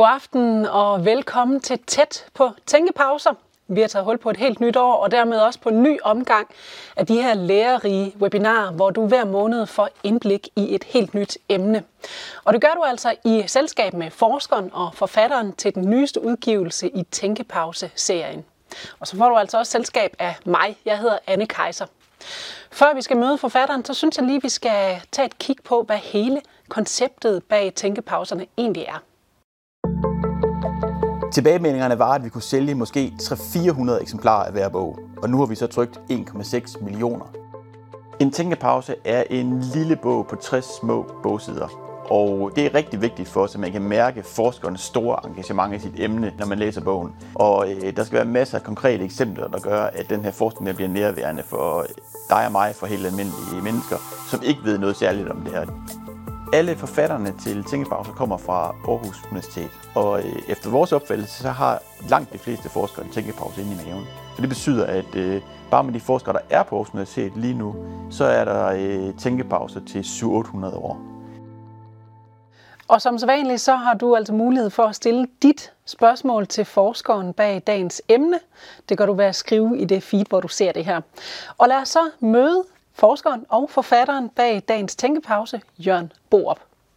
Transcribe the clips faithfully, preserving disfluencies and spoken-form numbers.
God aften og velkommen til Tæt på Tænkepauser. Vi har taget hul på et helt nyt år og dermed også på en ny omgang af de her lærerige webinarer, hvor du hver måned får indblik i et helt nyt emne. Og det gør du altså i selskab med forskeren og forfatteren til den nyeste udgivelse i Tænkepause-serien. Og så får du altså også selskab af mig. Jeg hedder Anne Kejser. Før vi skal møde forfatteren, så synes jeg lige, vi skal tage et kig på, hvad hele konceptet bag tænkepauserne egentlig er. Tilbagemeldingerne var, at vi kunne sælge måske tre til fire hundrede eksemplarer af hver bog, og nu har vi så trykt en komma seks millioner. En tænkepause er en lille bog på tres små bogsider, og det er rigtig vigtigt for os, at man kan mærke forskernes store engagement i sit emne, når man læser bogen. Og øh, der skal være masser af konkrete eksempler, der gør, at den her forskning bliver nærværende for dig og mig, for helt almindelige mennesker, som ikke ved noget særligt om det her. Alle forfatterne til Tænkepauser kommer fra Aarhus Universitet, og øh, efter vores opfattelse, så har langt de fleste forskere en tænkepause inde i maven. Så det betyder, at øh, bare med de forskere, der er på Aarhus Universitet lige nu, så er der øh, tænkepauser til syv til otte hundrede år. Og som sædvanligt, så har du altså mulighed for at stille dit spørgsmål til forskeren bag dagens emne. Det kan du være at skrive i det feed, hvor du ser det her. Og lad os så møde forskeren og forfatteren bag dagens tænkepause, Jørn Borup.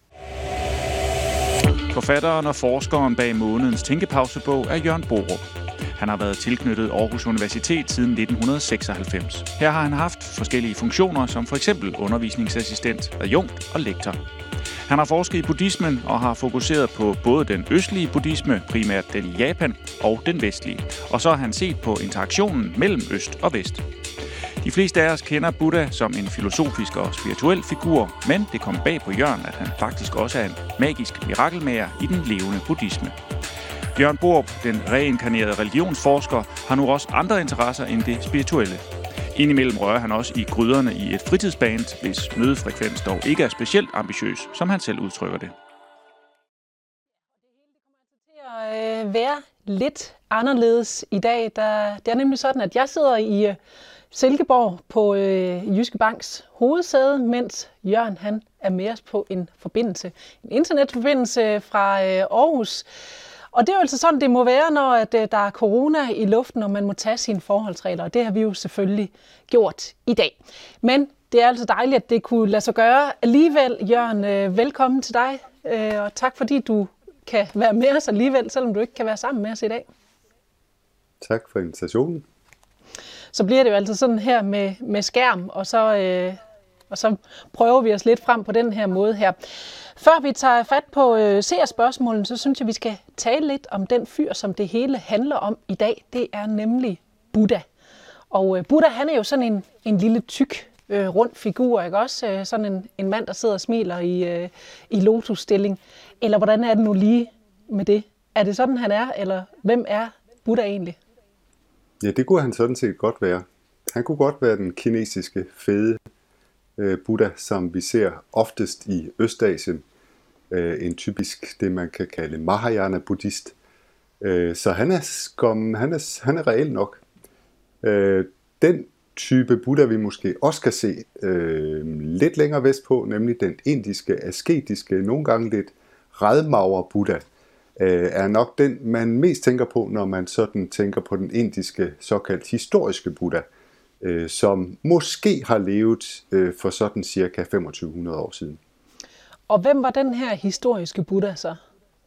Forfatteren og forskeren bag månedens tænkepausebog er Jørn Borup. Han har været tilknyttet Aarhus Universitet siden nitten seksoghalvfems. Her har han haft forskellige funktioner, som for eksempel undervisningsassistent, adjunkt og lektor. Han har forsket i buddhismen og har fokuseret på både den østlige buddhisme, primært den i Japan, og den vestlige. Og så har han set på interaktionen mellem øst og vest. De fleste af os kender Buddha som en filosofisk og spirituel figur, men det kom bag på Jørn, at han faktisk også er en magisk mirakelmager i den levende buddhisme. Jørn Borup, den reinkarnerede religionsforsker, har nu også andre interesser end det spirituelle. Indimellem rører han også i gryderne i et fritidsband, hvis mødefrekvens dog ikke er specielt ambitiøs, som han selv udtrykker det. Det er være lidt anderledes i dag. Der, det er nemlig sådan, at jeg sidder i Silkeborg på øh, Jyske Banks hovedsæde, mens Jørn han er med os på en forbindelse, en internetforbindelse fra øh, Aarhus. Og det er jo altså sådan, det må være, når at, øh, der er corona i luften, og man må tage sine forholdsregler. Og det har vi jo selvfølgelig gjort i dag. Men det er altså dejligt, at det kunne lade sig gøre alligevel. Jørn, øh, velkommen til dig, øh, og tak fordi du kan være med os alligevel, selvom du ikke kan være sammen med os i dag. Tak for invitationen. Så bliver det jo altså sådan her med, med skærm, og så, øh, og så prøver vi os lidt frem på den her måde her. Før vi tager fat på øh, seerspørgsmålene, så synes jeg, vi skal tale lidt om den fyr, som det hele handler om i dag. Det er nemlig Buddha. Og øh, Buddha, han er jo sådan en, en lille tyk, øh, rund figur, ikke også? Øh, sådan en, en mand, der sidder og smiler i, øh, i lotusstilling. Eller hvordan er det nu lige med det? Er det sådan, han er, eller hvem er Buddha egentlig? Ja, det kunne han sådan set godt være. Han kunne godt være den kinesiske fede øh, Buddha, som vi ser oftest i Østasien. Øh, en typisk, det man kan kalde Mahayana-buddhist. Øh, så han er, skom, han er, han er reel nok. Øh, den type Buddha, vi måske også kan se øh, lidt længere vestpå, nemlig den indiske, asketiske, nogle gange lidt redmagre Buddha, er nok den, man mest tænker på, når man sådan tænker på den indiske såkaldt historiske Buddha, øh, som måske har levet øh, for sådan cirka to tusind fem hundrede år siden. Og hvem var den her historiske Buddha så?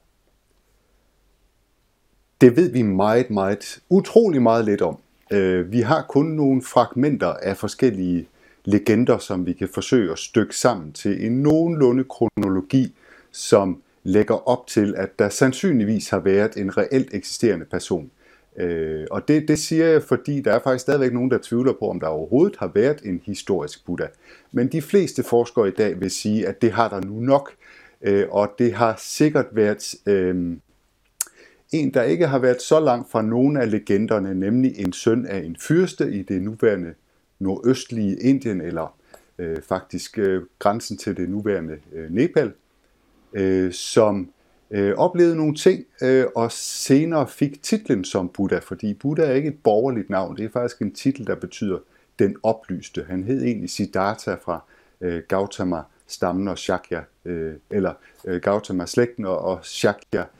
Det ved vi meget, meget, utrolig meget lidt om. Øh, vi har kun nogle fragmenter af forskellige legender, som vi kan forsøge at stykke sammen til en nogenlunde kronologi, som lægger op til, at der sandsynligvis har været en reelt eksisterende person. Øh, og det, det siger jeg, fordi der er faktisk stadigvæk nogen, der tvivler på, om der overhovedet har været en historisk Buddha. Men de fleste forskere i dag vil sige, at det har der nu nok, øh, og det har sikkert været øh, en, der ikke har været så langt fra nogle af legenderne, nemlig en søn af en fyrste i det nuværende nordøstlige Indien, eller øh, faktisk øh, grænsen til det nuværende øh, Nepal, Øh, som øh, oplevede nogle ting, øh, og senere fik titlen som Buddha, fordi Buddha er ikke et borgerligt navn, det er faktisk en titel, der betyder den oplyste. Han hed egentlig Siddhartha fra øh, Gautama-stammen og Shakya, øh, eller øh, Gautama-slægten og, og Shakya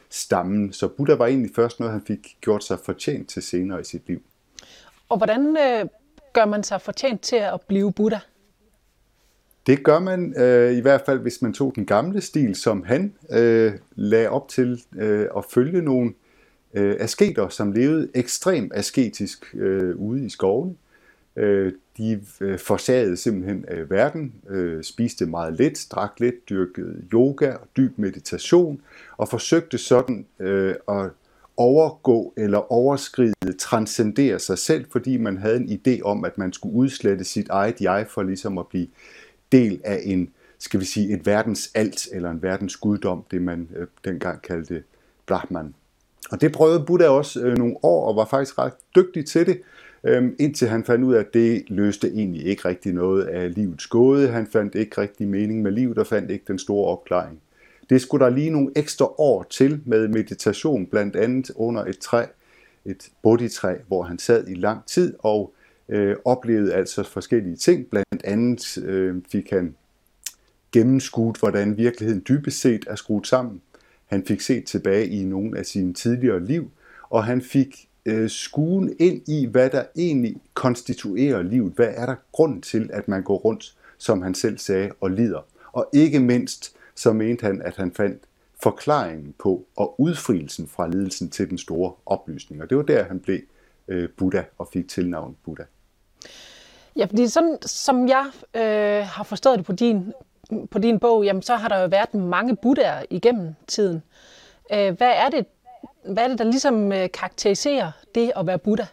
stammen. Så Buddha var egentlig først noget, han fik gjort sig fortjent til senere i sit liv. Og hvordan øh, gør man sig fortjent til at blive Buddha? Det gør man øh, i hvert fald, hvis man tog den gamle stil, som han øh, lagde op til øh, at følge nogle øh, asketer, som levede ekstremt asketisk øh, ude i skoven. Øh, de øh, forsagede simpelthen øh, verden, øh, spiste meget lidt, drak lidt, dyrkede yoga og dyb meditation, og forsøgte sådan øh, at overgå eller overskride, transcendere sig selv, fordi man havde en idé om, at man skulle udslette sit eget jeg for ligesom at blive del af en, skal vi sige, et verdens alt, eller en verdens guddom, det man øh, dengang kaldte Brahman. Og det prøvede Buddha også øh, nogle år, og var faktisk ret dygtig til det, øh, indtil han fandt ud af, at det løste egentlig ikke rigtig noget af livets gåde. Han fandt ikke rigtig mening med livet, og fandt ikke den store opklaring. Det skulle der lige nogle ekstra år til med meditation, blandt andet under et træ, et bodhitræ, hvor han sad i lang tid, og Øh, oplevede altså forskellige ting. Blandt andet øh, fik han gennemskuet, hvordan virkeligheden dybest set er skruet sammen. Han fik set tilbage i nogle af sine tidligere liv, og han fik øh, skuen ind i, hvad der egentlig konstituerer livet. Hvad er der grund til, at man går rundt, som han selv sagde, og lider? Og ikke mindst, så mente han, at han fandt forklaringen på og udfrielsen fra lidelsen til den store oplysning. Og det var der, han blev øh, Buddha og fik tilnavnet Buddha. Ja, fordi sådan som jeg øh, har forstået det på din, på din bog, jamen, så har der jo været mange buddhaer igennem tiden. Øh, hvad, er det, hvad er det, der ligesom øh, karakteriserer det at være Buddha?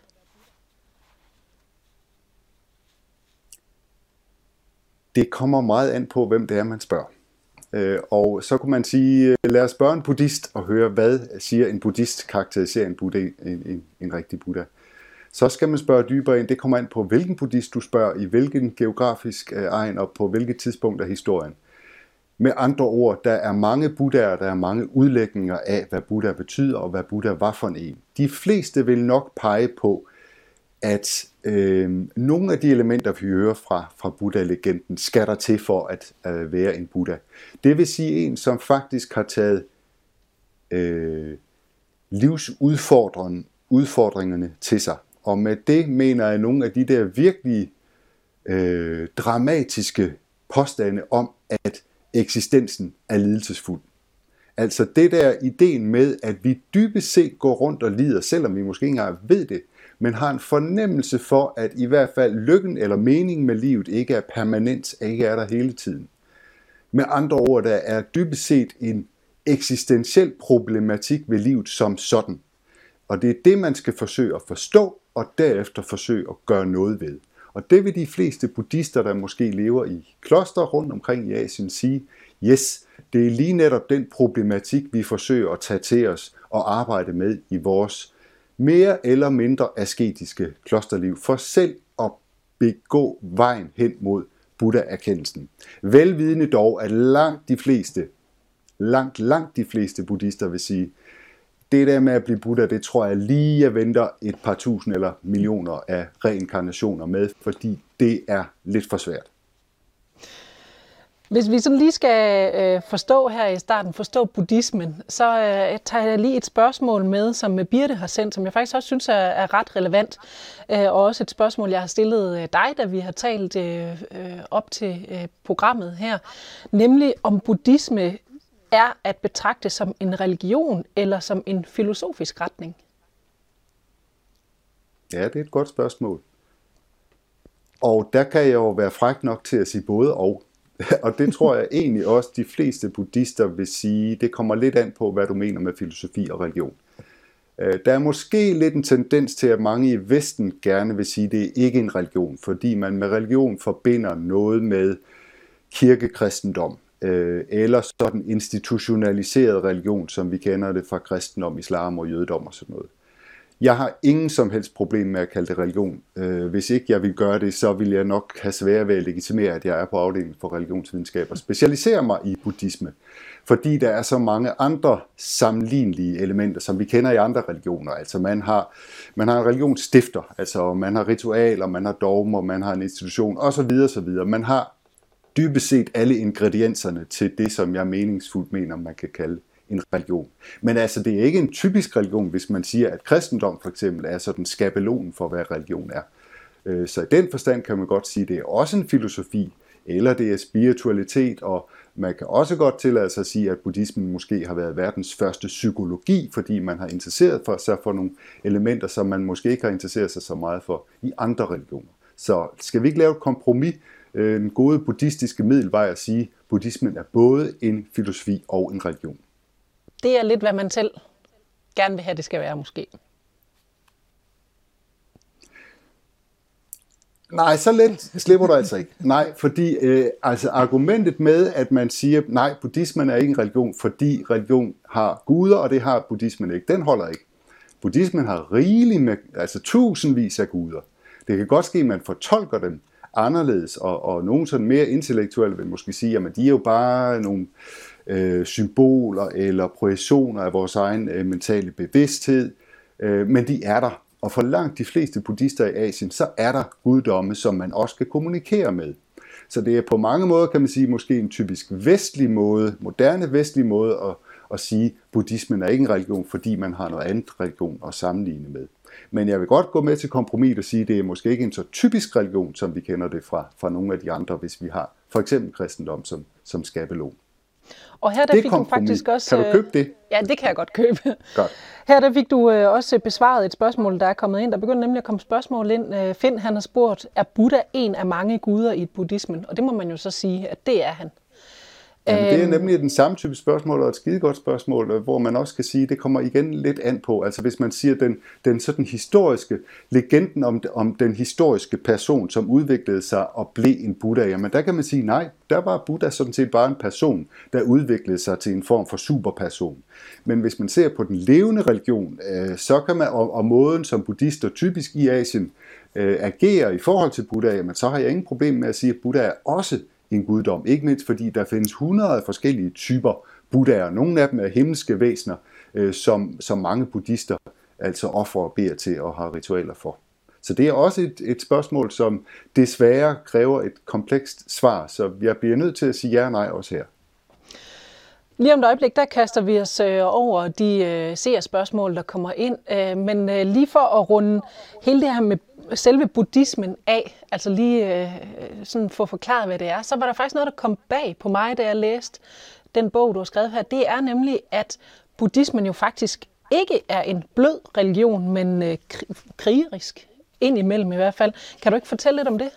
Det kommer meget an på, hvem det er, man spørger. Øh, og så kunne man sige, lad os spørge en buddhist og høre, hvad siger en buddhist karakteriserer en, buddha, en, en, en rigtig Buddha. Så skal man spørge dybere ind. Det kommer an på, hvilken buddhist du spørger, i hvilken geografisk egen og på hvilket tidspunkt af historien. Med andre ord, der er mange buddhaer, der er mange udlægninger af, hvad Buddha betyder og hvad Buddha var for en. De fleste vil nok pege på, at øh, nogle af de elementer, vi hører fra, fra Buddha-legenden, skal der til for at øh, være en Buddha. Det vil sige en, som faktisk har taget øh, livsudfordringerne til sig. Og med det mener jeg nogle af de der virkelig øh, dramatiske påstande om, at eksistensen er lidelsesfuld. Altså det der ideen med, at vi dybest set går rundt og lider, selvom vi måske ikke engang ved det, men har en fornemmelse for, at i hvert fald lykken eller meningen med livet ikke er permanent, ikke er der hele tiden. Med andre ord, der er dybest set en eksistentiel problematik ved livet som sådan. Og det er det, man skal forsøge at forstå, og derefter forsøge at gøre noget ved. Og det vil de fleste buddhister, der måske lever i kloster rundt omkring i Asien, sige, yes, det er lige netop den problematik, vi forsøger at tage til os og arbejde med i vores mere eller mindre asketiske klosterliv, for selv at begå vejen hen mod Buddha-erkendelsen. Velvidende dog, at langt de fleste, langt, langt de fleste buddhister vil sige, det der med at blive Buddha, det tror jeg lige, jeg venter et par tusind eller millioner af reinkarnationer med, fordi det er lidt for svært. Hvis vi sådan lige skal øh, forstå her i starten, forstå buddhismen, så øh, tager jeg lige et spørgsmål med, som Birte har sendt, som jeg faktisk også synes er, er ret relevant. Øh, og også et spørgsmål, jeg har stillet øh, dig, da vi har talt øh, op til øh, programmet her. Nemlig om buddhisme er at betragte som en religion eller som en filosofisk retning? Ja, det er et godt spørgsmål. Og der kan jeg jo være fræk nok til at sige både og. Og det tror jeg egentlig også, de fleste buddhister vil sige, det kommer lidt an på, hvad du mener med filosofi og religion. Der er måske lidt en tendens til, at mange i Vesten gerne vil sige, at det er ikke en religion, fordi man med religion forbinder noget med kirkekristendom, eller sådan institutionaliseret religion, som vi kender det fra kristendom, islam og jødedom og sådan noget. Jeg har ingen som helst problem med at kalde det religion. Hvis ikke jeg vil gøre det, så vil jeg nok have svært ved at legitimere, at jeg er på afdelingen for religionsvidenskab og specialiserer mig i buddhisme. Fordi der er så mange andre sammenlignelige elementer, som vi kender i andre religioner. Altså man har, man har en religionsstifter, altså man har ritualer, man har dogmer, man har en institution osv. osv. Man har dybest set alle ingredienserne til det, som jeg meningsfuldt mener, man kan kalde en religion. Men altså, det er ikke en typisk religion, hvis man siger, at kristendom for eksempel er sådan skabelonen for, hvad religion er. Så i den forstand kan man godt sige, at det er også en filosofi, eller det er spiritualitet, og man kan også godt tillade sig at sige, at buddhismen måske har været verdens første psykologi, fordi man har interesseret for sig for nogle elementer, som man måske ikke har interesseret sig så meget for i andre religioner. Så skal vi ikke lave et kompromis? Den gode buddhistiske middelvej at sige, at buddhismen er både en filosofi og en religion. Det er lidt, hvad man selv gerne vil have, det skal være måske. Nej, så let slipper du altså ikke. Nej, fordi øh, altså argumentet med, at man siger, nej, buddhismen er ikke en religion, fordi religion har guder, og det har buddhismen ikke, den holder ikke. Buddhismen har rigeligt med, altså tusindvis af guder. Det kan godt ske, at man fortolker dem anderledes, og, og nogen sådan mere intellektuelle vil måske sige, at de er jo bare nogle øh, symboler eller projektioner af vores egen øh, mentale bevidsthed, øh, men de er der. Og for langt de fleste buddhister i Asien, så er der guddomme, som man også kan kommunikere med. Så det er på mange måder, kan man sige, måske en typisk vestlig måde, moderne vestlig måde at, at sige, at buddhismen er ikke en religion, fordi man har noget andet religion at sammenligne med. Men jeg vil godt gå med til kompromis og sige, at det er måske ikke en så typisk religion, som vi kender det fra, fra nogle af de andre, hvis vi har for eksempel kristendom som, som skabelon. Og her der fik du faktisk også... Kan du købe det? Ja, det kan jeg godt købe. Godt. Her der fik du også besvaret et spørgsmål, der er kommet ind. Der begyndte nemlig at komme spørgsmål ind. Finn, han har spurgt, er Buddha en af mange guder i buddhismen? Og det må man jo så sige, at det er han. Jamen, det er nemlig den samme type spørgsmål, og et skidegodt spørgsmål, hvor man også kan sige, at det kommer igen lidt an på. Altså hvis man siger, den, den sådan historiske, legenden om, om den historiske person, som udviklede sig og blev en Buddha, jamen der kan man sige, nej, der var Buddha sådan set bare en person, der udviklede sig til en form for superperson. Men hvis man ser på den levende religion, øh, så kan man, og, og måden som buddhister typisk i Asien øh, agerer i forhold til Buddha, jamen så har jeg ingen problem med at sige, at Buddha er også en guddom. Ikke mindst fordi der findes hundrede forskellige typer buddhaer. Nogle af dem er himmelske væsener, øh, som, som mange buddhister altså offer og beder til og har ritualer for. Så det er også et, et spørgsmål, som desværre kræver et komplekst svar, så jeg bliver nødt til at sige ja og nej også her. Lige om et øjeblik, der kaster vi os over de seerspørgsmål, der kommer ind. Men lige for at runde hele det her med selve buddhismen af, altså lige sådan få forklaret, hvad det er, så var der faktisk noget, der kom bag på mig, da jeg læste den bog, du har skrevet her. Det er nemlig, at buddhismen jo faktisk ikke er en blød religion, men krigerisk. Indimellem i hvert fald. Kan du ikke fortælle lidt om det?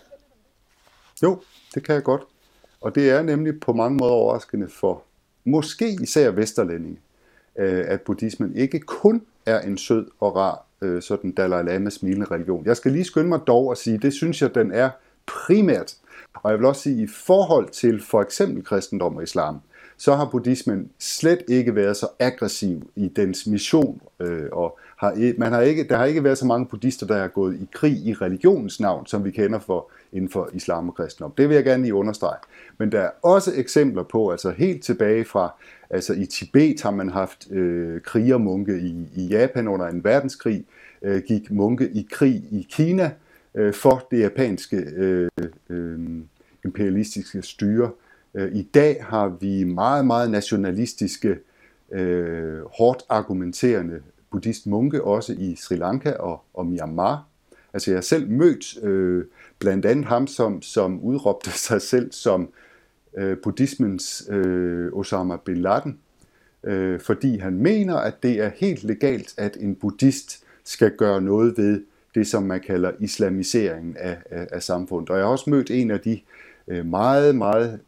Jo, det kan jeg godt. Og det er nemlig på mange måder overraskende for måske især vesterlændinge, at buddhismen ikke kun er en sød og rar sådan Dalai Lama smilende religion. Jeg skal lige skynde mig dog at sige, det synes jeg, den er primært. Og jeg vil også sige, i forhold til for eksempel kristendom og islam, så har buddhismen slet ikke været så aggressiv i dens mission, og har, man har ikke, der har ikke været så mange buddhister, der har gået i krig i religionens navn, som vi kender for inden for islam og kristendom. Det vil jeg gerne lige understrege. Men der er også eksempler på, altså helt tilbage fra, altså i Tibet har man haft øh, krigermunke, i, i Japan under en verdenskrig øh, gik munke i krig i Kina øh, for det japanske øh, øh, imperialistiske styre. I dag har vi meget, meget nationalistiske, øh, hårdt argumenterende buddhistmunke, også i Sri Lanka og, og Myanmar. Altså jeg har selv mødt øh, blandt andet ham, som, som udråbte sig selv som øh, buddhismens øh, Osama bin Laden, øh, fordi han mener, at det er helt legalt, at en buddhist skal gøre noget ved det, som man kalder islamiseringen af, af, af samfundet. Og jeg har også mødt en af de øh, meget, meget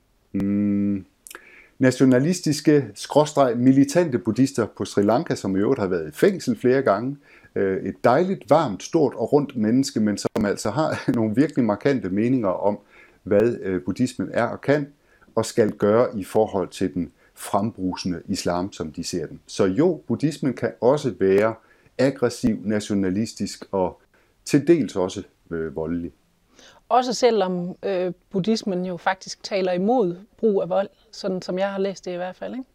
Mm, nationalistiske, skråstreg, militante buddhister på Sri Lanka, som i øvrigt har været i fængsel flere gange. Et dejligt, varmt, stort og rundt menneske, men som altså har nogle virkelig markante meninger om, hvad buddhismen er og kan, og skal gøre i forhold til den frembrusende islam, som de ser den. Så jo, buddhismen kan også være aggressiv, nationalistisk og til dels også øh, voldelig. Også selvom øh, buddhismen jo faktisk taler imod brug af vold, sådan som jeg har læst det i hvert fald, ikke?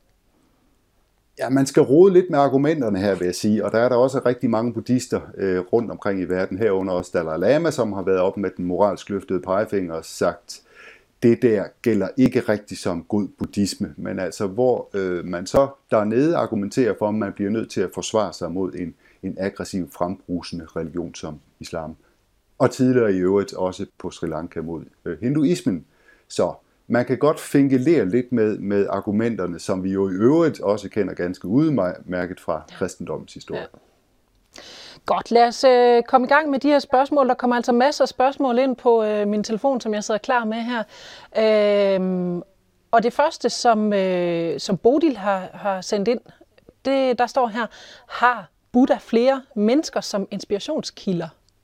Ja, man skal rode lidt med argumenterne her, vil jeg sige, og der er der også rigtig mange buddhister øh, rundt omkring i verden, herunder også Dalai Lama, som har været op med den moralsk løftede pegefinger og sagt, det der gælder ikke rigtigt som god buddhisme, men altså hvor øh, man så dernede argumenterer for, at man bliver nødt til at forsvare sig mod en, en aggressiv, frembrusende religion som islam. Og tidligere i øvrigt også på Sri Lanka mod øh, hinduismen. Så man kan godt finkelere lidt med, med argumenterne, som vi jo i øvrigt også kender ganske udmærket fra kristendommens historie. Ja. Godt, lad os øh, komme i gang med de her spørgsmål. Der kommer altså masser af spørgsmål ind på øh, min telefon, som jeg sidder klar med her. Øh, og det første, som, øh, som Bodil har, har sendt ind, det, der står her, har Buddha flere mennesker som inspirationskilder?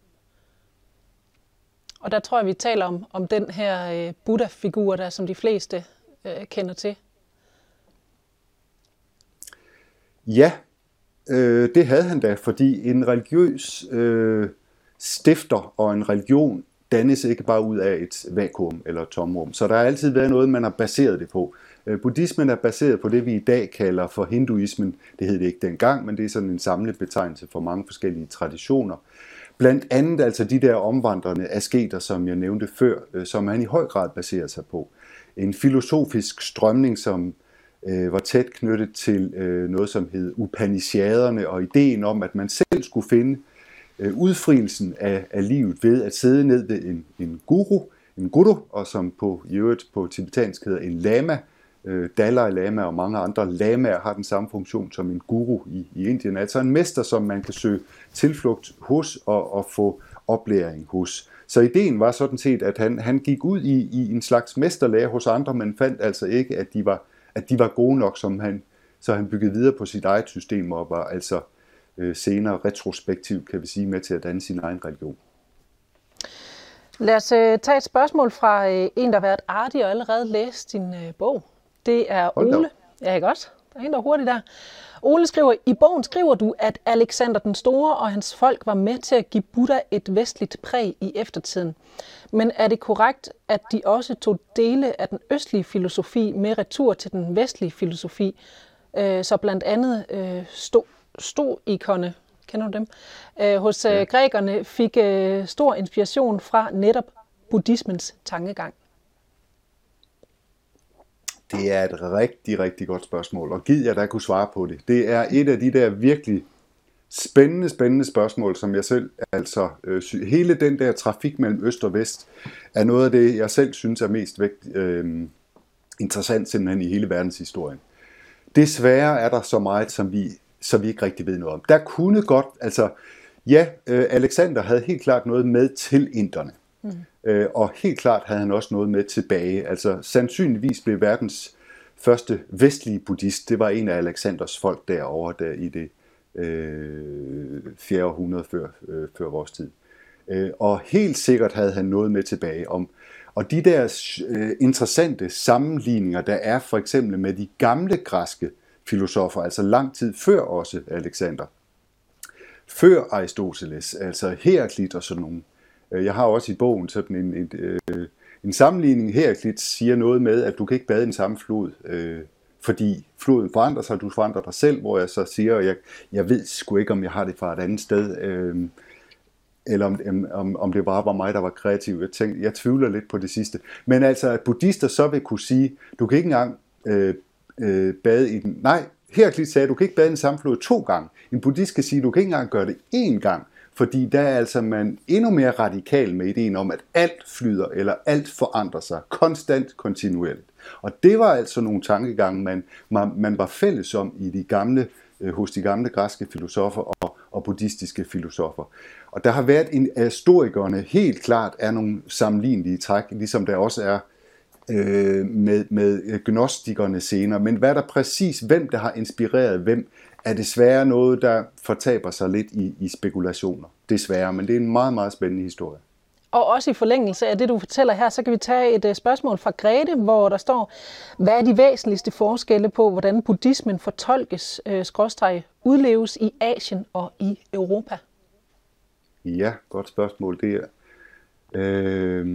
Og der tror jeg, vi taler om, om den her øh, Buddha-figur, der som de fleste øh, kender til. Ja, øh, det havde han da, fordi en religiøs øh, stifter og en religion dannes ikke bare ud af et vakuum eller et tomrum. Så der har altid været noget, man har baseret det på. Øh, buddhismen er baseret på det, vi i dag kalder for hinduismen. Det hed det ikke dengang, men det er sådan en samlet betegnelse for mange forskellige traditioner. Blandt andet altså de der omvandrende asketer, som jeg nævnte før, øh, som han i høj grad baserer sig på. En filosofisk strømning, som øh, var tæt knyttet til øh, noget, som hed Upanishaderne, og ideen om, at man selv skulle finde øh, udfrielsen af, af livet ved at sidde ned ved en, en guru, en guru, og som på, i øvrigt på tibetansk hedder en lama. Øh, Dalai Lama og mange andre lamaer har den samme funktion som en guru i, i Indien. Altså en mester, som man kan søge tilflugt hos og, og få oplæring hos. Så ideen var sådan set, at han, han gik ud i, i en slags mesterlære hos andre, men fandt altså ikke, at de var, at de var gode nok, som han, så han byggede videre på sit eget system og var altså øh, senere retrospektivt, kan vi sige, med til at danne sin egen religion. Lad os øh, tage et spørgsmål fra øh, en, der har været artig og allerede læst din øh, bog. Det er Ole. Ja, ikke også? Der er en, der er hurtigt der. Ole skriver, i bogen skriver du, at Alexander den Store og hans folk var med til at give Buddha et vestligt præg i eftertiden. Men er det korrekt, at de også tog dele af den østlige filosofi med retur til den vestlige filosofi? Øh, så blandt andet øh, sto, stoikerne, kender du dem? Øh, hos øh, ja. grækerne fik øh, stor inspiration fra netop buddhismens tankegang. Det er et rigtig, rigtig godt spørgsmål, og gid jeg da kunne svare på det. Det er et af de der virkelig spændende, spændende spørgsmål, som jeg selv, altså øh, hele den der trafik mellem øst og vest, er noget af det, jeg selv synes er mest vægt, øh, interessant simpelthen i hele verdenshistorien. Desværre er der så meget, som vi, som vi ikke rigtig ved noget om. Der kunne godt, altså ja, øh, Alexander havde helt klart noget med til inderne. Mm. Øh, og helt klart havde han også noget med tilbage. Altså sandsynligvis blev verdens første vestlige buddhist, det var en af Alexanders folk derovre der i det øh, fjerde århundrede før, øh, før vores tid. Øh, og helt sikkert havde han noget med tilbage om. Og de der øh, interessante sammenligninger, der er for eksempel med de gamle græske filosofer, altså lang tid før også Alexander, før Aristoteles, altså Heraklit og sådan nogle. Jeg har også i bogen sådan en, en, øh, en sammenligning. Heraklit siger noget med, at du kan ikke bade i den samme flod, øh, fordi floden forandrer sig, du forandrer dig selv, hvor jeg så siger, at jeg, jeg ved sgu ikke, om jeg har det fra et andet sted, øh, eller om, om, om det bare var mig, der var kreativ. Jeg, tænker, jeg tvivler lidt på det sidste. Men altså, at buddhister så vil kunne sige, du kan ikke engang øh, øh, bade i den. Nej, Heraklit sagde, du kan ikke bade i den samme flod to gange. En buddhist kan sige, du kan ikke engang gøre det én gang. Fordi der er altså man endnu mere radikal med ideen om, at alt flyder eller alt forandrer sig konstant, kontinuerligt. Og det var altså nogle tankegange, man, man, man var fælles om i de gamle, øh, hos de gamle græske filosofer og, og buddhistiske filosofer. Og der har været en af historikerne helt klart er nogle sammenlignelige træk, ligesom der også er øh, med, med gnostikerne senere. Men hvad der præcis, hvem der har inspireret hvem, er desværre noget, der fortaber sig lidt i, i spekulationer. Desværre, men det er en meget, meget spændende historie. Og også i forlængelse af det, du fortæller her, så kan vi tage et spørgsmål fra Grete, hvor der står, hvad er de væsentligste forskelle på, hvordan buddhismen fortolkes, øh, skråstreg, udleves i Asien og i Europa? Ja, godt spørgsmål. Det er... Øh...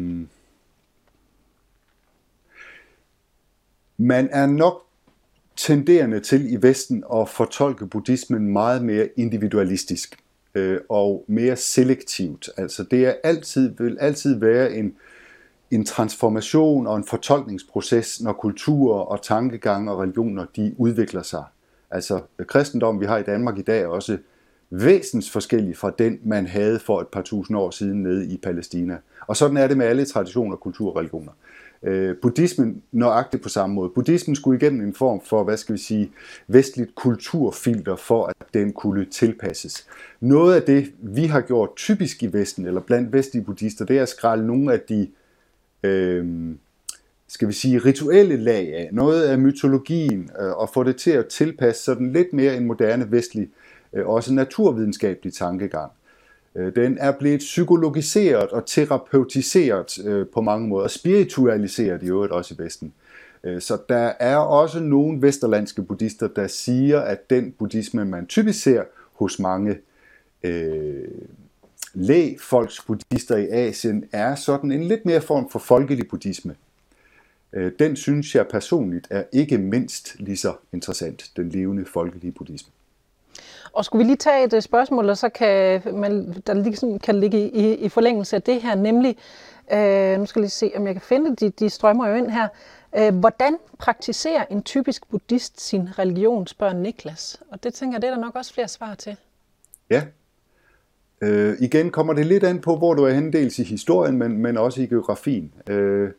Man er nok tenderende til i Vesten at fortolke buddhismen meget mere individualistisk øh, og mere selektivt. Altså det er altid, vil altid være en, en transformation og en fortolkningsproces, når kulturer og tankegange og religioner de udvikler sig. Altså kristendom, vi har i Danmark i dag, er også væsens forskellig fra den, man havde for et par tusind år siden nede i Palæstina. Og sådan er det med alle traditioner, kultur og religioner. Øh, buddhismen nøjagtigt på samme måde. Buddhismen skulle igennem en form for, hvad skal vi sige, vestligt kulturfilter for, at den kunne tilpasses. Noget af det, vi har gjort typisk i Vesten, eller blandt vestlige buddhister, det er at skrælle nogle af de, øh, skal vi sige, rituelle lag af, noget af mytologien, øh, og få det til at tilpasse sådan lidt mere en moderne vestlig, øh, også naturvidenskabelig tankegang. Den er blevet psykologiseret og terapeutiseret øh, på mange måder, og spiritualiseret i øvrigt også i Vesten. Øh, så der er også nogle vesterlandske buddhister, der siger, at den buddhisme, man typisk ser hos mange øh, lægfolks buddhister i Asien, er sådan en lidt mere form for folkelig buddhisme. Øh, den synes jeg personligt er ikke mindst lige så interessant, den levende folkelige buddhisme. Og skulle vi lige tage et spørgsmål, og så kan man, der ligesom kan ligge i, i forlængelse af det her, nemlig, øh, nu skal jeg lige se, om jeg kan finde de, de strømmer jo ind her. Øh, hvordan praktiserer en typisk buddhist sin religion, spørger Niklas? Og det tænker jeg, det er der nok også flere svar til. Ja. Øh, igen kommer det lidt an på, hvor du er henne, dels i historien, men, men også i geografien. Øh,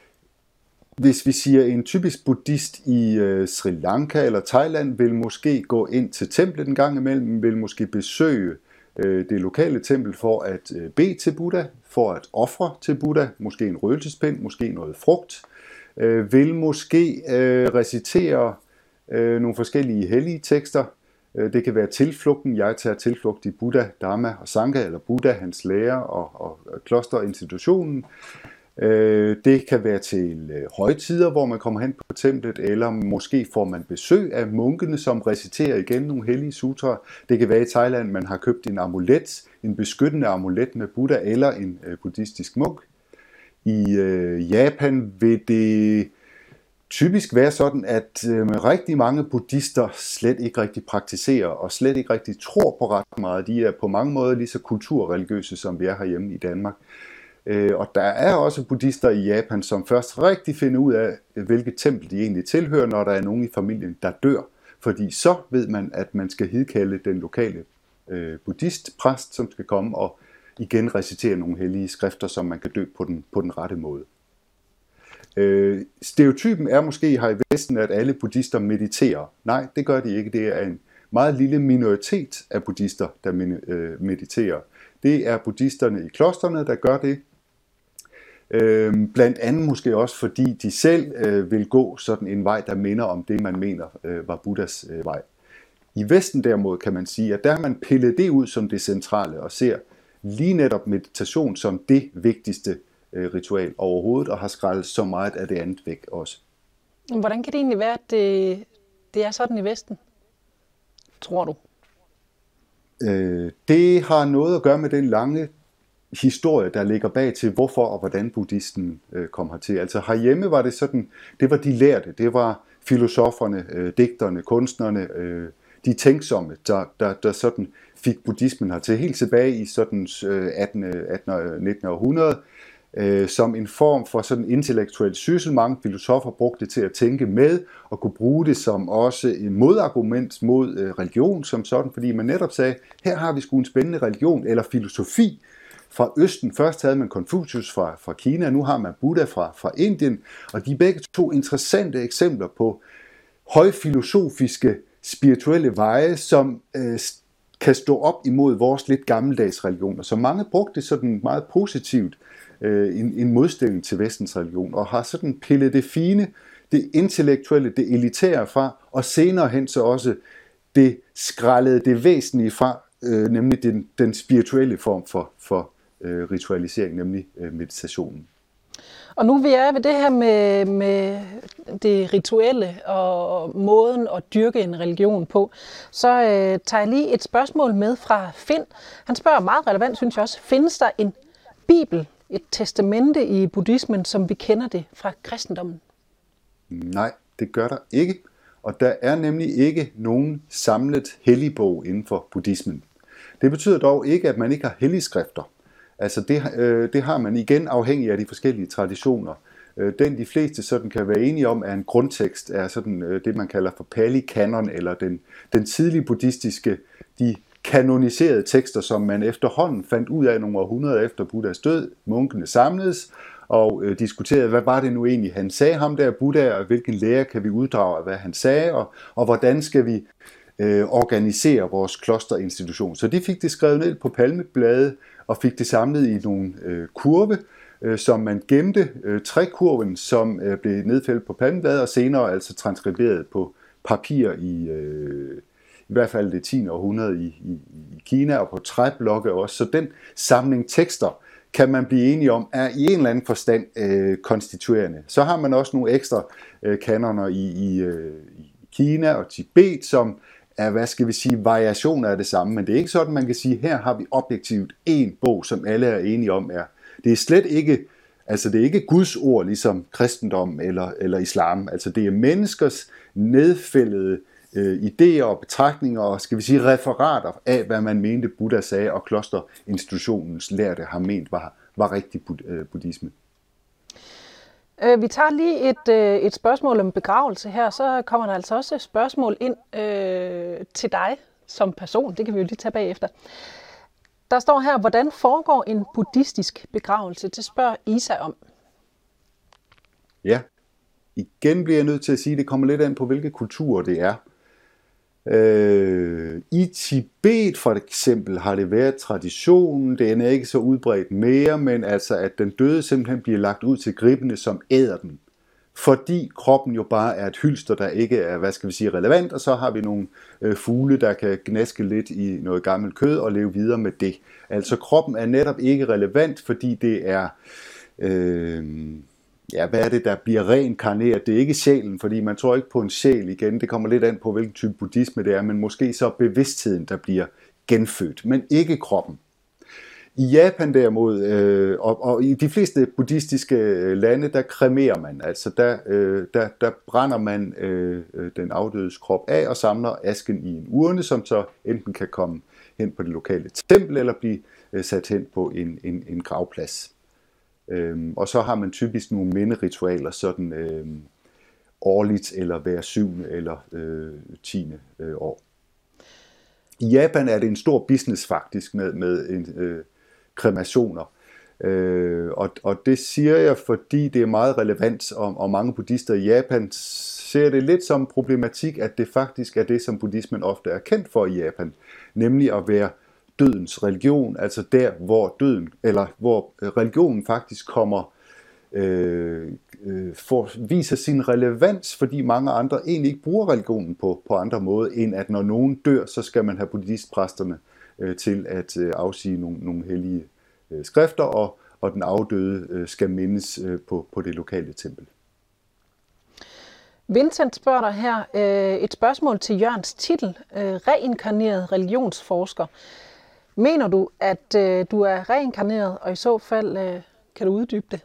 Hvis vi siger, at en typisk buddhist i øh, Sri Lanka eller Thailand vil måske gå ind til templet en gang imellem, vil måske besøge øh, det lokale tempel for at øh, bede til Buddha, for at ofre til Buddha, måske en røgelsespind, måske noget frugt, øh, vil måske øh, recitere øh, nogle forskellige hellige tekster. Øh, det kan være tilflugten, jeg tager tilflugt i Buddha, Dharma og Sangha, eller Buddha, hans lærer og, og, og klosterinstitutionen. Det kan være til højtider, hvor man kommer hen på templet, eller måske får man besøg af munkene, som reciterer igen nogle hellige sutraer. Det kan være i Thailand, man har købt en amulet, en beskyttende amulet med Buddha eller en buddhistisk munk. I Japan vil det typisk være sådan, at rigtig mange buddhister slet ikke rigtig praktiserer og slet ikke rigtig tror på ret meget. De er på mange måder lige så kulturreligiøse, som vi er herhjemme i Danmark. Og der er også buddhister i Japan, som først rigtig finder ud af, hvilket tempel de egentlig tilhører, når der er nogen i familien, der dør. Fordi så ved man, at man skal hidkalde den lokale øh, buddhistpræst, som skal komme og igen recitere nogle hellige skrifter, som man kan dø på den, på den rette måde. Øh, stereotypen er måske her i Vesten, at alle buddhister mediterer. Nej, det gør de ikke. Det er en meget lille minoritet af buddhister, der mediterer. Det er buddhisterne i klosterne, der gør det. Øh, blandt andet måske også fordi de selv øh, vil gå sådan en vej, der minder om det, man mener øh, var Buddhas øh, vej. I Vesten derimod kan man sige, at der har man pillet det ud som det centrale og ser lige netop meditation som det vigtigste øh, ritual overhovedet, og har skrællet så meget af det andet væk også. Hvordan kan det egentlig være, at det, det er sådan i Vesten, tror du? Øh, det har noget at gøre med den lange historie, der ligger bag til, hvorfor og hvordan buddhisten øh, kom hertil. Altså herhjemme var det sådan, det var de lærte, det var filosoferne, øh, digterne, kunstnerne, øh, de tænksomme, der, der, der sådan fik buddhismen hertil, helt tilbage i sådan øh, attende, attende nittende århundrede, øh, som en form for sådan intellektuel syssel. Mange filosofer brugte det til at tænke med, og kunne bruge det som også en modargument mod øh, religion som sådan, fordi man netop sagde, her har vi sgu en spændende religion, eller filosofi, fra Østen. Først havde man Konfucius fra, fra Kina, nu har man Buddha fra, fra Indien, og de er begge to interessante eksempler på højfilosofiske, spirituelle veje, som øh, kan stå op imod vores lidt gammeldags religioner. Så mange brugte sådan meget positivt øh, en, en modstilling til vestens religion, og har sådan pillet det fine, det intellektuelle, det elitære fra, og senere hen så også det skrællede, det væsentlige fra, øh, nemlig den, den spirituelle form for, for øh, ritualisering, nemlig øh, meditationen. Og nu vi er ved det her med, med det rituelle og måden at dyrke en religion på, så øh, tager jeg lige et spørgsmål med fra Finn. Han spørger meget relevant, synes jeg også, findes der en bibel, et testamente i buddhismen, som vi kender det fra kristendommen? Nej, det gør der ikke. Og der er nemlig ikke nogen samlet helligbog inden for buddhismen. Det betyder dog ikke, at man ikke har helligskrifter. Altså det, øh, det har man igen afhængig af de forskellige traditioner. Øh, den de fleste sådan kan være enige om er en grundtekst, er sådan øh, det man kalder for Pali-kanon, eller den, den tidlige buddhistiske, de kanoniserede tekster, som man efterhånden fandt ud af nogle århundreder efter Buddhas død. Munkene samledes og øh, diskuterede, hvad var det nu egentlig, han sagde ham der, Buddha, og hvilken lære kan vi uddrage af, hvad han sagde, og, og hvordan skal vi øh, organisere vores klosterinstitution. Så de fik det skrevet ned på palmeblade, og fik det samlet i nogle øh, kurve, øh, som man gemte, øh, trækurven, som øh, blev nedfældet på palmeblade, og senere altså transkriberet på papir i... Øh, i hvert fald det tiende århundrede i, i, i Kina, og på træblokke også. Så den samling tekster kan man blive enige om, er i en eller anden forstand øh, konstituerende. Så har man også nogle ekstra øh, kanoner i, i, øh, i Kina og Tibet, som er, hvad skal vi sige, variationer af det samme. Men det er ikke sådan, man kan sige, her har vi objektivt en bog, som alle er enige om er. Det er slet ikke, altså det er ikke Guds ord, ligesom kristendom eller, eller islam. Altså det er menneskers nedfældede idéer og betragtninger og, skal vi sige, referater af, hvad man mente Buddha sagde, og klosterinstitutionens lærte har ment var, var rigtig buddhisme. Vi tager lige et, et spørgsmål om begravelse her, så kommer der altså også et spørgsmål ind øh, til dig som person. Det kan vi jo lige tage bagefter. Der står her, hvordan foregår en buddhistisk begravelse? Det spørger Isa om. Ja, igen bliver jeg nødt til at sige, at det kommer lidt an på, hvilke kulturer det er. Øh, I Tibet for eksempel har det været traditionen, den er ikke så udbredt mere, men altså at den døde simpelthen bliver lagt ud til gribene, som æder den. Fordi kroppen jo bare er et hylster, der ikke er, hvad skal vi sige, relevant, og så har vi nogle øh, fugle, der kan gnaske lidt i noget gammelt kød og leve videre med det. Altså kroppen er netop ikke relevant, fordi det er... Øh, Ja, hvad er det, der bliver reinkarneret? Det er ikke sjælen, fordi man tror ikke på en sjæl igen. Det kommer lidt an på, hvilken type buddhisme det er, men måske så bevidstheden, der bliver genfødt, men ikke kroppen. I Japan derimod, øh, og, og i de fleste buddhistiske lande, der kremerer man. Altså der, øh, der, der brænder man øh, den afdødes krop af og samler asken i en urne, som så enten kan komme hen på det lokale tempel eller blive øh, sat hen på en, en, en gravplads. Øhm, og så har man typisk nogle minderitualer, sådan øhm, årligt eller hver syvende eller øh, tiende øh, år. I Japan er det en stor business faktisk med, med en, øh, kremationer. Øh, og, og det siger jeg, fordi det er meget relevant, og, og mange buddhister i Japan ser det lidt som problematik, at det faktisk er det, som buddhismen ofte er kendt for i Japan, nemlig at være dødens religion, altså der, hvor døden, eller hvor religionen faktisk kommer, øh, øh, for, viser sin relevans, fordi mange andre egentlig ikke bruger religionen på, på andre måder, end at når nogen dør, så skal man have buddhistpræsterne øh, til at øh, afsige nogle, nogle hellige øh, skrifter, og, og den afdøde øh, skal mindes øh, på, på det lokale tempel. Vincent spørger dig her øh, et spørgsmål til Jørgens titel, øh, reinkarneret religionsforsker. Mener du, at øh, du er reinkarneret, og i så fald øh, kan du uddybe det?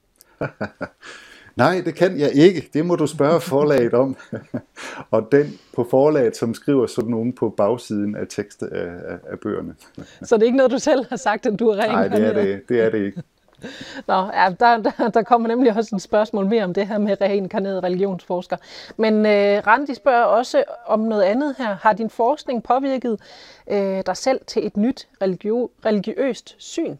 Nej, det kan jeg ikke. Det må du spørge forlaget om. Og den på forlaget, som skriver sådan nogen på bagsiden af tekst af, af, af bøgerne. Så det er ikke noget, du selv har sagt, at du er reinkarneret? Nej, det er det, det, er det ikke. Nå, ja, der, der, der kommer nemlig også et spørgsmål mere om det her med reinkarneret religionsforsker. Men øh, Randi spørger også om noget andet her. Har din forskning påvirket øh, dig selv til et nyt religio- religiøst syn?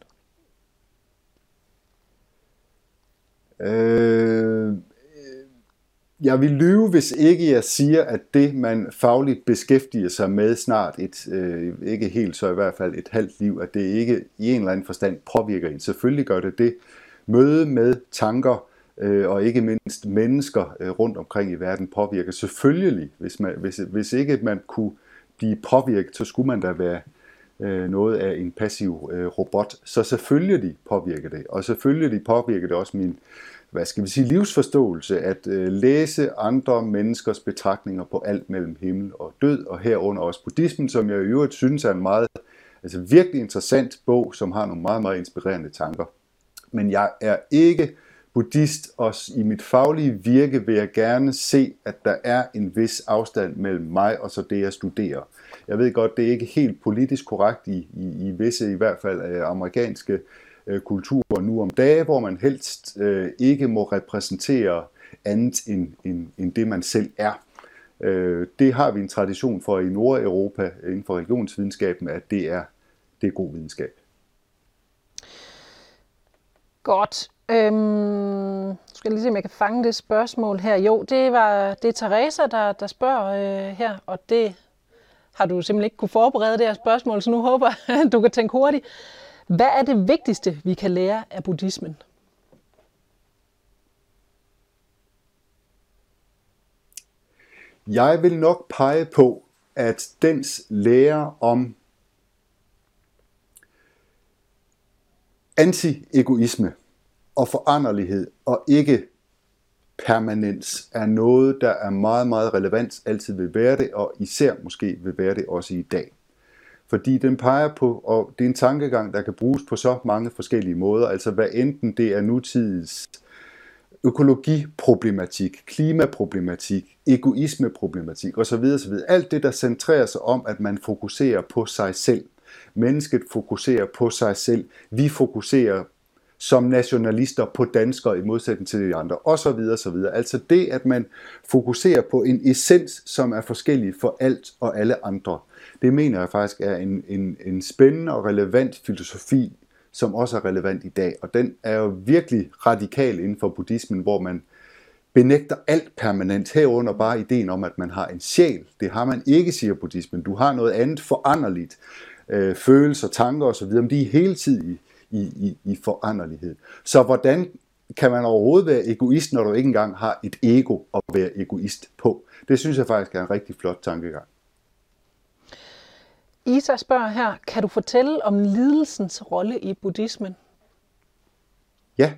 Øh, jeg vil lyve, hvis ikke jeg siger, at det, man fagligt beskæftiger sig med snart et, øh, ikke helt så i hvert fald et halvt liv, at det ikke i en eller anden forstand påvirker en. Selvfølgelig gør det det. Møde med tanker øh, og ikke mindst mennesker øh, rundt omkring i verden påvirker selvfølgelig. Hvis, man, hvis, hvis ikke man kunne blive påvirket, så skulle man da være øh, noget af en passiv øh, robot. Så selvfølgelig påvirker det. Og selvfølgelig påvirker det også min, hvad skal vi sige, livsforståelse, at øh, læse andre menneskers betragtninger på alt mellem himmel og død, og herunder også buddhismen, som jeg i øvrigt synes er en meget, altså virkelig interessant bog, som har nogle meget, meget inspirerende tanker. Men jeg er ikke buddhist, og i mit faglige virke vil jeg gerne se, at der er en vis afstand mellem mig og så det, jeg studerer. Jeg ved godt, det er ikke helt politisk korrekt i, i, i visse, i hvert fald øh, amerikanske øh, kulturer nu om dage, hvor man helst øh, ikke må repræsentere andet end, end, end det, man selv er. Øh, det har vi en tradition for i Nordeuropa inden for religionsvidenskaben, at det er, det er god videnskab. Godt. Øhm, skal jeg lige se, om jeg kan fange det spørgsmål her. Jo, det, var, det er Teresa, der, der spørger øh, her, og det har du simpelthen ikke kunne forberede det her spørgsmål, så nu håber jeg, at du kan tænke hurtigt. Hvad er det vigtigste, vi kan lære af buddhismen? Jeg vil nok pege på, at dens lære om anti-egoisme og foranderlighed og ikke permanens er noget, der er meget, meget relevant, altid vil være det, og især måske vil være det også i dag. Fordi den peger på, og det er en tankegang, der kan bruges på så mange forskellige måder, altså hvad enten det er nutidens økologiproblematik, klimaproblematik, egoismeproblematik osv. osv. Alt det, der centrerer sig om, at man fokuserer på sig selv. Mennesket fokuserer på sig selv. Vi fokuserer som nationalister på danskere i modsætning til de andre, osv. osv. Altså det, at man fokuserer på en essens, som er forskellig for alt og alle andre, det mener jeg faktisk er en, en, en spændende og relevant filosofi, som også er relevant i dag. Og den er jo virkelig radikal inden for buddhismen, hvor man benægter alt permanent, herunder bare ideen om, at man har en sjæl. Det har man ikke, siger buddhismen. Du har noget andet foranderligt. Øh, følelser, tanker osv., men de er hele tiden i, i, i foranderlighed. Så hvordan kan man overhovedet være egoist, når du ikke engang har et ego at være egoist på? Det synes jeg faktisk er en rigtig flot tankegang. Isa spørger her, kan du fortælle om lidelsens rolle i buddhismen? Ja.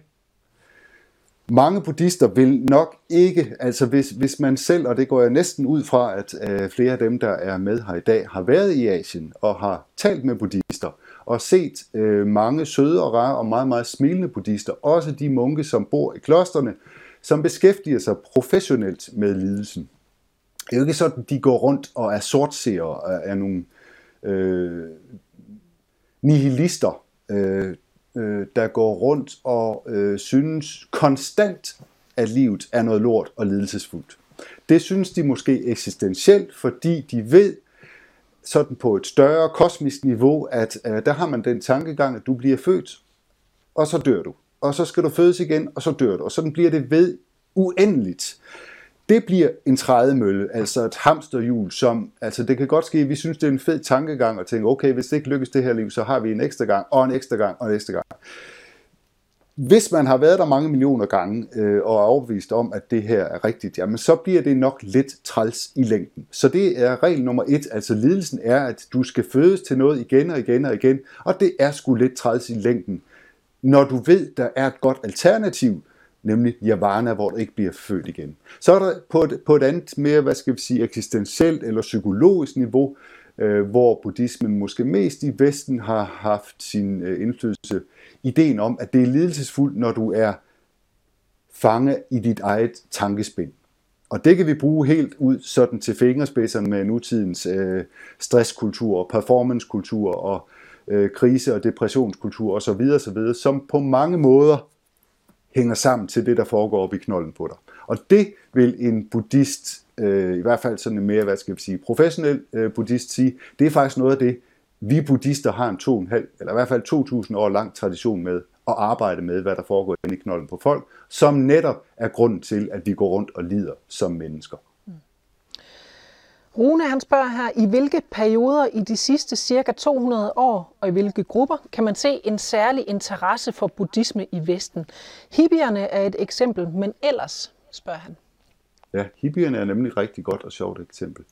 Mange buddhister vil nok ikke, altså hvis, hvis man selv, og det går jeg næsten ud fra, at øh, flere af dem, der er med her i dag, har været i Asien og har talt med buddhister og set øh, mange søde og rare og meget, meget smilende buddhister, også de munke, som bor i klosterne, som beskæftiger sig professionelt med lidelsen. Det er jo ikke sådan, de går rundt og er sortseere og er nogle øh, nihilister, øh, der går rundt og øh, synes konstant, at livet er noget lort og lidelsesfuldt. Det synes de måske eksistentielt, fordi de ved, sådan på et større kosmisk niveau, at øh, der har man den tankegang, at du bliver født, og så dør du. Og så skal du fødes igen, og så dør du. Og sådan bliver det ved uendeligt. Det bliver en trædemølle, altså et hamsterhjul, som, altså det kan godt ske, at vi synes, det er en fed tankegang, at tænke, okay, hvis det ikke lykkes det her liv, så har vi en ekstra gang, og en ekstra gang, og en ekstra gang. Hvis man har været der mange millioner gange, øh, og er overbevist om, at det her er rigtigt, jamen så bliver det nok lidt træls i længden. Så det er regel nummer et, altså lidelsen er, at du skal fødes til noget igen og igen og igen, og det er sgu lidt træls i længden. Når du ved, der er et godt alternativ, nemlig nirvana, hvor du ikke bliver født igen. Så er der på et, på et andet mere, hvad skal vi sige, eksistentielt eller psykologisk niveau, øh, hvor buddhismen måske mest i Vesten har haft sin øh, indflydelse, ideen om, at det er lidelsesfuldt, når du er fanget i dit eget tankespind. Og det kan vi bruge helt ud sådan til fingerspidserne med nutidens øh, stresskultur, performancekultur og øh, krise- og depressionskultur osv., osv., som på mange måder hænger sammen til det, der foregår op i knolden på dig. Og det vil en buddhist, øh, i hvert fald sådan en mere, hvad skal vi sige, professionel øh, buddhist sige, det er faktisk noget af det, vi buddhister har en to og en halv, eller i hvert fald to tusind år lang tradition med at arbejde med, hvad der foregår inde i knolden på folk, som netop er grunden til, at vi går rundt og lider som mennesker. Rune han spørger her, i hvilke perioder i de sidste cirka to hundrede år, og i hvilke grupper, kan man se en særlig interesse for buddhisme i Vesten? Hippierne er et eksempel, men ellers, spørger han. Ja, hippierne er nemlig et rigtig godt og sjovt eksempel.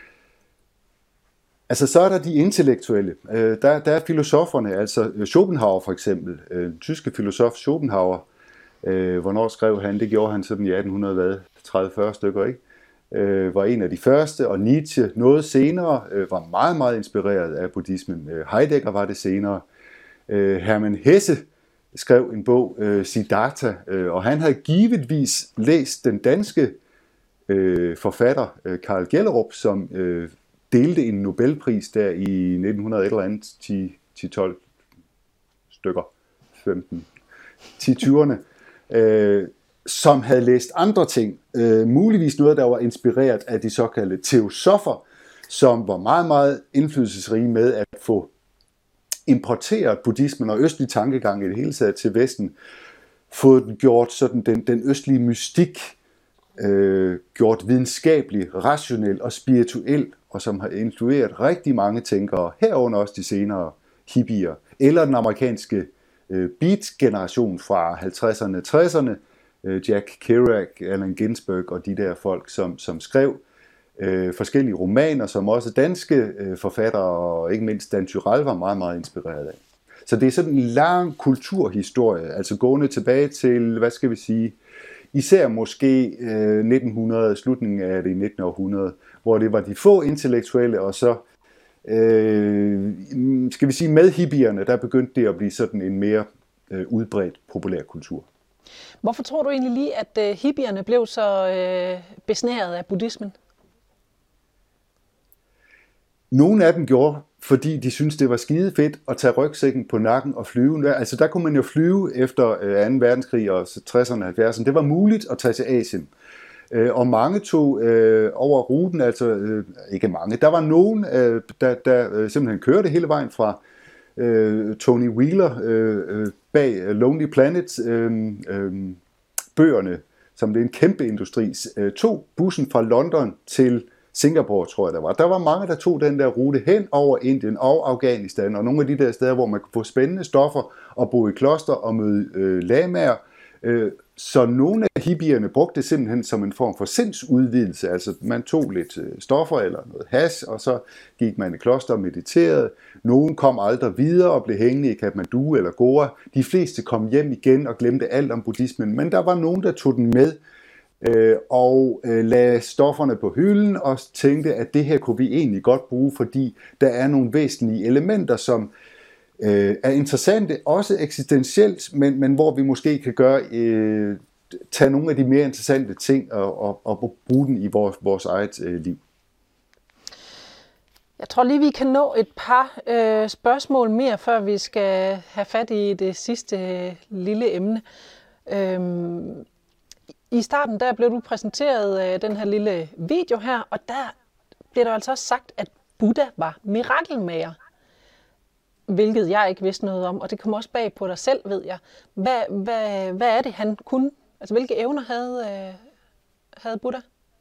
Altså så er der de intellektuelle, der, der er filosoferne, altså Schopenhauer for eksempel, den tyske filosof Schopenhauer, hvornår skrev han, det gjorde han sådan i atten tredive fyrre stykker, ikke? Var en af de første, og Nietzsche noget senere var meget, meget inspireret af buddhismen. Heidegger var det senere. Hermann Hesse skrev en bog, øh, Siddhartha, øh, og han havde givetvis læst den danske øh, forfatter øh, Karl Gellerup, som øh, delte en Nobelpris der i nitten hundrede et eller andet, ti til tolv stykker, femten, ti tyverne, øh, som havde læst andre ting, øh, muligvis noget, der var inspireret af de såkaldte teosoffer, som var meget, meget indflydelsesrige med at få importeret buddhismen og østlig tankegang i det hele taget til Vesten, fået den gjort sådan den, den østlige mystik, øh, gjort videnskabelig, rationel og spirituel, og som har influeret rigtig mange tænkere, herunder også de senere hippier, eller den amerikanske øh, beat-generation fra halvtredserne og tresserne, øh, Jack Kerouac, Allen Ginsberg og de der folk, som, som skrev øh, forskellige romaner, som også danske øh, forfattere, og ikke mindst Dan Turèll, var meget, meget inspireret af. Så det er sådan en lang kulturhistorie, altså gående tilbage til, hvad skal vi sige, især måske øh, nitten hundrede, slutningen af det nittende århundrede, hvor det var de få intellektuelle, og så, øh, skal vi sige, med hippierne, der begyndte det at blive sådan en mere øh, udbredt populær kultur. Hvorfor tror du egentlig lige, at øh, hippierne blev så øh, besnæret af buddhismen? Nogle af dem gjorde, fordi de syntes, det var skide fedt at tage rygsækken på nakken og flyve. Altså der kunne man jo flyve efter anden verdenskrig og tresserne og halvfjerdserne. Det var muligt at tage til Asien. Og mange tog øh, over ruten, altså øh, ikke mange. Der var nogen, øh, der, der simpelthen kørte hele vejen fra øh, Tony Wheeler øh, bag Lonely Planet øh, øh, bøgerne, som det er en kæmpe industri, øh, tog bussen fra London til Singapore, tror jeg der var. Der var mange, der tog den der rute hen over Indien og Afghanistan, og nogle af de der steder, hvor man kunne få spændende stoffer og bo i kloster og møde øh, lamaer. Øh, så nogle af hippierne brugte det simpelthen som en form for sindsudvidelse. Altså man tog lidt øh, stoffer eller noget hash, og så gik man i kloster og mediterede. Nogle kom aldrig videre og blev hængende i Kathmandu eller Goa. De fleste kom hjem igen og glemte alt om buddhismen, men der var nogen, der tog den med og lagde stofferne på hylden og tænkte, at det her kunne vi egentlig godt bruge, fordi der er nogle væsentlige elementer, som øh, er interessante, også eksistentielt, men, men hvor vi måske kan gøre, øh, tage nogle af de mere interessante ting og, og, og bruge den i vores, vores eget øh, liv. Jeg tror lige, vi kan nå et par øh, spørgsmål mere, før vi skal have fat i det sidste øh, lille emne. Øhm I starten der blev du præsenteret af den her lille video her, og der blev der altså også sagt, at Buddha var mirakelmager. Hvilket jeg ikke vidste noget om, og det kom også bag på dig selv, ved jeg. Hvad, hvad, hvad er det, han kunne? Altså, hvilke evner havde, øh, havde Buddha?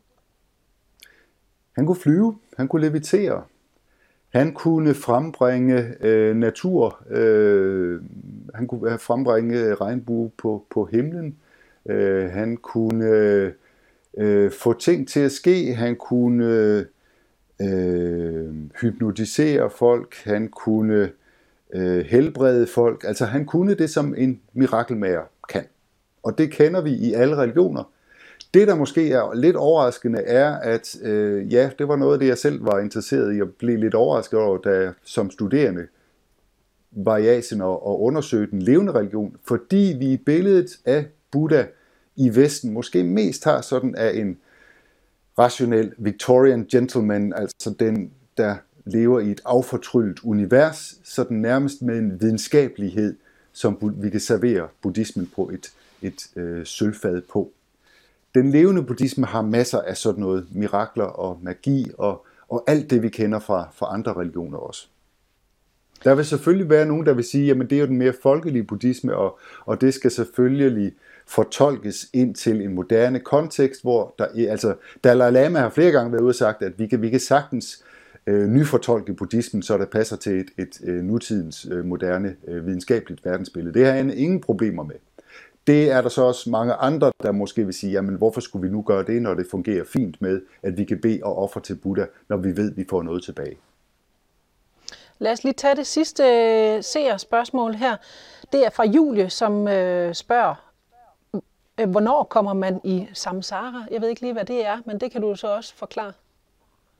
Han kunne flyve, han kunne levitere, han kunne frembringe øh, natur, øh, han kunne frembringe regnbue på, på himlen. Uh, han kunne uh, få ting til at ske, han kunne uh, hypnotisere folk, han kunne uh, helbrede folk, altså han kunne det, som en mirakelmager kan. Og det kender vi i alle religioner. Det, der måske er lidt overraskende, er, at uh, ja, det var noget af det, jeg selv var interesseret i, og blev lidt overrasket over, da jeg som studerende var i Asien og, og undersøgte den levende religion, fordi vi i billedet af Buddha i Vesten måske mest har sådan af en rationel Victorian gentleman, altså den, der lever i et affortryllet univers, sådan nærmest med en videnskabelighed, som vi kan servere buddhismen på et, et øh, sølvfad på. Den levende buddhisme har masser af sådan noget mirakler og magi og, og alt det, vi kender fra, fra andre religioner også. Der vil selvfølgelig være nogen, der vil sige, at det er jo den mere folkelige buddhisme, og, og det skal selvfølgelig fortolkes ind til en moderne kontekst, hvor der er, altså Dalai Lama har flere gange været ude og sagt, at vi kan, vi kan sagtens øh, nyfortolke buddhismen, så det passer til et, et øh, nutidens øh, moderne øh, videnskabeligt verdensbillede. Det har han ingen problemer med. Det er der så også mange andre, der måske vil sige, jamen hvorfor skulle vi nu gøre det, når det fungerer fint med, at vi kan bede og ofre til Buddha, når vi ved, at vi får noget tilbage. Lad os lige tage det sidste seerspørgsmål her. Det er fra Julie, som øh, spørger, hvornår kommer man i samsara? Jeg ved ikke lige, hvad det er, men det kan du så også forklare.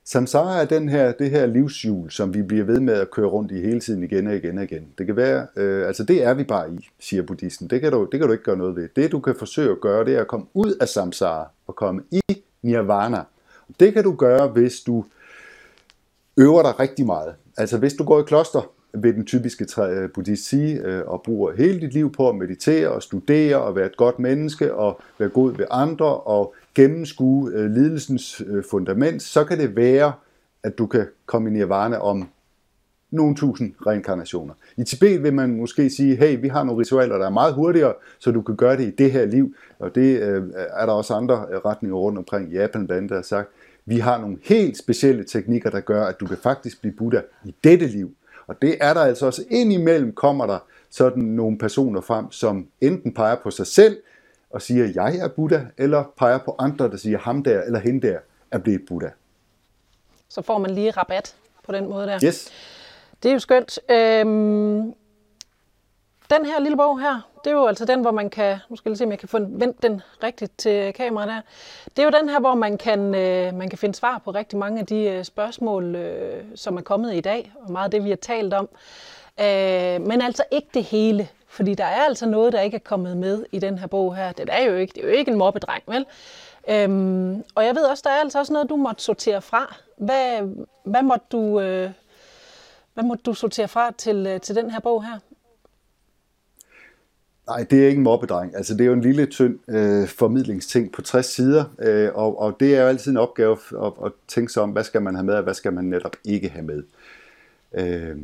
Samsara er den her, det her livshjul, som vi bliver ved med at køre rundt i hele tiden igen og igen og igen. Det kan være, øh, altså det er vi bare i, siger buddhisten. Det kan, du, det kan du ikke gøre noget ved. Det du kan forsøge at gøre, det er at komme ud af samsara og komme i nirvana. Det kan du gøre, hvis du øver dig rigtig meget. Altså hvis du går i kloster, vil den typiske buddhist sige, øh, og bruger hele dit liv på at meditere og studere og være et godt menneske og være god ved andre og gennemskue øh, lidelsens øh, fundament, så kan det være, at du kan komme i nirvana om nogle tusind reinkarnationer. I Tibet vil man måske sige, hey, vi har nogle ritualer, der er meget hurtigere, så du kan gøre det i det her liv, og det øh, er der også andre retninger rundt omkring i Japan, blandt andet, der har sagt, vi har nogle helt specielle teknikker, der gør, at du kan faktisk blive Buddha i dette liv. Og det er der altså også. Indimellem kommer der sådan nogle personer frem, som enten peger på sig selv og siger, jeg er Buddha, eller peger på andre, der siger, ham der eller hende der er blevet Buddha. Så får man lige rabat på den måde der. Yes. Det er jo skønt. Øhm, den her lille bog her, det er jo altså den, hvor man kan, nu skal jeg se, om jeg kan få vendt den rigtigt til kameraet der. Det er jo den her, hvor man kan, øh, man kan finde svar på rigtig mange af de øh, spørgsmål, øh, som er kommet i dag, og meget af det, vi har talt om. Øh, men altså ikke det hele, fordi der er altså noget, der ikke er kommet med i den her bog her. Det er jo ikke, det er jo ikke en mobbedreng, vel? Øhm, og jeg ved også, der er altså også noget, du måtte sortere fra. Hvad, hvad, måtte, du, øh, hvad måtte du sortere fra til, øh, til den her bog her? Nej, det er ikke en mobbedreng. Altså, det er jo en lille, tynd øh, formidlingsting på tres sider, øh, og, og det er jo altid en opgave at, at tænke sig om, hvad skal man have med, og hvad skal man netop ikke have med. Øh,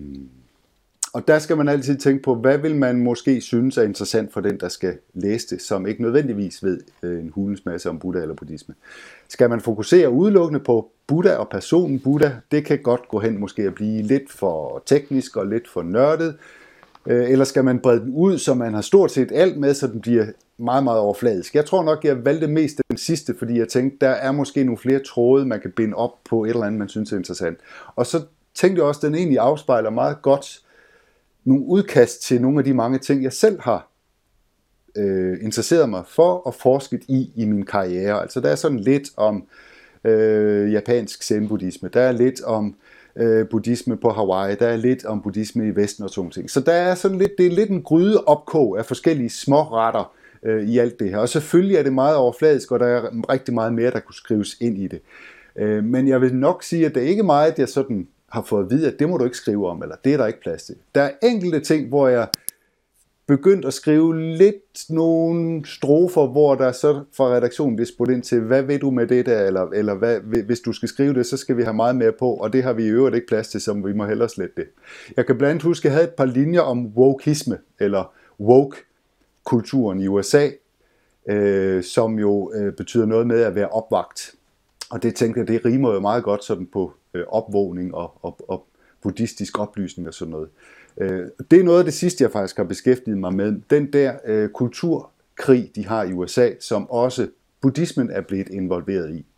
og der skal man altid tænke på, hvad vil man måske synes er interessant for den, der skal læse det, som ikke nødvendigvis ved øh, en hulens masse om Buddha eller buddhisme. Skal man fokusere udelukkende på Buddha og personen Buddha, det kan godt gå hen måske at blive lidt for teknisk og lidt for nørdet, eller skal man brede den ud, så man har stort set alt med, så den bliver meget, meget overfladisk. Jeg tror nok, jeg valgte mest den sidste, fordi jeg tænkte, der er måske nogle flere tråde, man kan binde op på et eller andet, man synes er interessant. Og så tænkte jeg også, at den egentlig afspejler meget godt nogle udkast til nogle af de mange ting, jeg selv har øh, interesseret mig for og forsket i i min karriere. Altså der er sådan lidt om øh, japansk zen-buddhisme, der er lidt om buddhisme på Hawaii, der er lidt om buddhisme i Vesten og sådan ting. Så der er sådan lidt, det er lidt en gryde opkog af forskellige små retter øh, i alt det her. Og selvfølgelig er det meget overfladisk, og der er rigtig meget mere, der kunne skrives ind i det. Øh, men jeg vil nok sige, at det er ikke meget, jeg sådan har fået at vide, at det må du ikke skrive om, eller det er der ikke plads til. Der er enkelte ting, hvor jeg begyndt at skrive lidt nogle strofer, hvor der så fra redaktionen bliver spurgt ind til, hvad ved du med det der, eller, eller hvad, hvis du skal skrive det, så skal vi have meget mere på, og det har vi i øvrigt ikke plads til, så vi må hellere slette det. Jeg kan blandt andet huske, at jeg havde et par linjer om wokeisme, eller woke-kulturen i U S A, øh, som jo øh, betyder noget med at være opvagt. Og det tænkte jeg, det rimer jo meget godt sådan på øh, opvågning og, og, og buddhistisk oplysning og sådan noget. Det er noget af det sidste, jeg faktisk har beskæftiget mig med. Den der øh, kulturkrig, de har i U S A, som også buddhismen er blevet involveret i.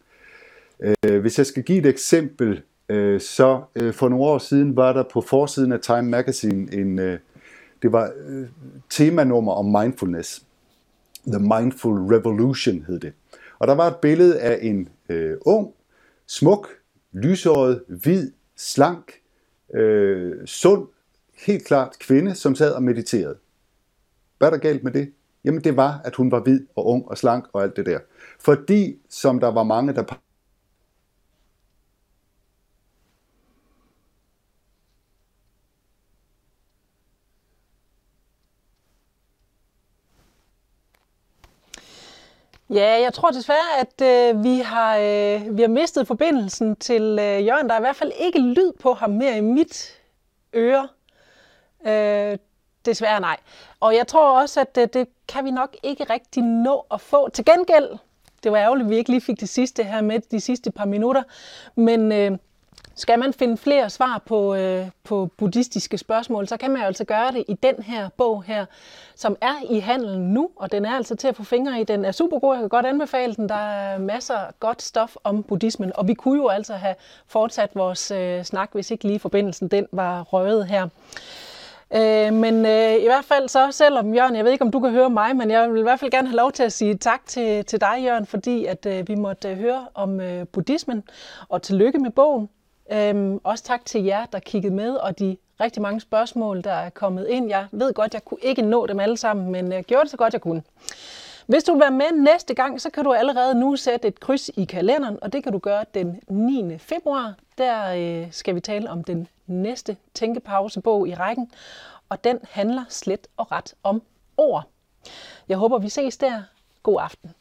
Øh, hvis jeg skal give et eksempel, øh, så øh, for nogle år siden var der på forsiden af Time Magazine en, øh, det var øh, temanummer om mindfulness. The Mindful Revolution hed det. Og der var et billede af en øh, ung, smuk, lyshåret, hvid, slank, øh, sund, helt klart kvinde, som sad og mediterede. Hvad er der galt med det? Jamen det var, at hun var hvid og ung og slank og alt det der. Fordi, som der var mange, der... Ja, jeg tror desværre, at øh, vi, har, øh, vi har mistet forbindelsen til øh, Jørgen. Der er i hvert fald ikke lyd på ham mere i mit øre. Øh, desværre nej. Og jeg tror også, at det, det kan vi nok ikke rigtig nå at få. Til gengæld, det var ærgerligt, at vi ikke lige fik det sidste her med, de sidste par minutter, men øh, skal man finde flere svar på, øh, på buddhistiske spørgsmål, så kan man jo altså gøre det i den her bog her, som er i handelen nu, og den er altså til at få fingre i. Den er super god, jeg kan godt anbefale den. Der er masser af godt stof om buddhismen, og vi kunne jo altså have fortsat vores øh, snak, hvis ikke lige forbindelsen den var røget her. Øh, men øh, i hvert fald så, selvom Jørgen, jeg ved ikke, om du kan høre mig, men jeg vil i hvert fald gerne have lov til at sige tak til, til dig, Jørgen, fordi at øh, vi måtte øh, høre om øh, buddhismen, og tillykke med bogen. Øh, også tak til jer, der kiggede med, og de rigtig mange spørgsmål, der er kommet ind. Jeg ved godt, jeg kunne ikke nå dem alle sammen, men jeg gjorde det så godt, jeg kunne. Hvis du vil være med næste gang, så kan du allerede nu sætte et kryds i kalenderen, og det kan du gøre den niende februar. Der øh, skal vi tale om den næste tænkepausebog i rækken, og den handler slet og ret om ord. Jeg håber, vi ses der. God aften.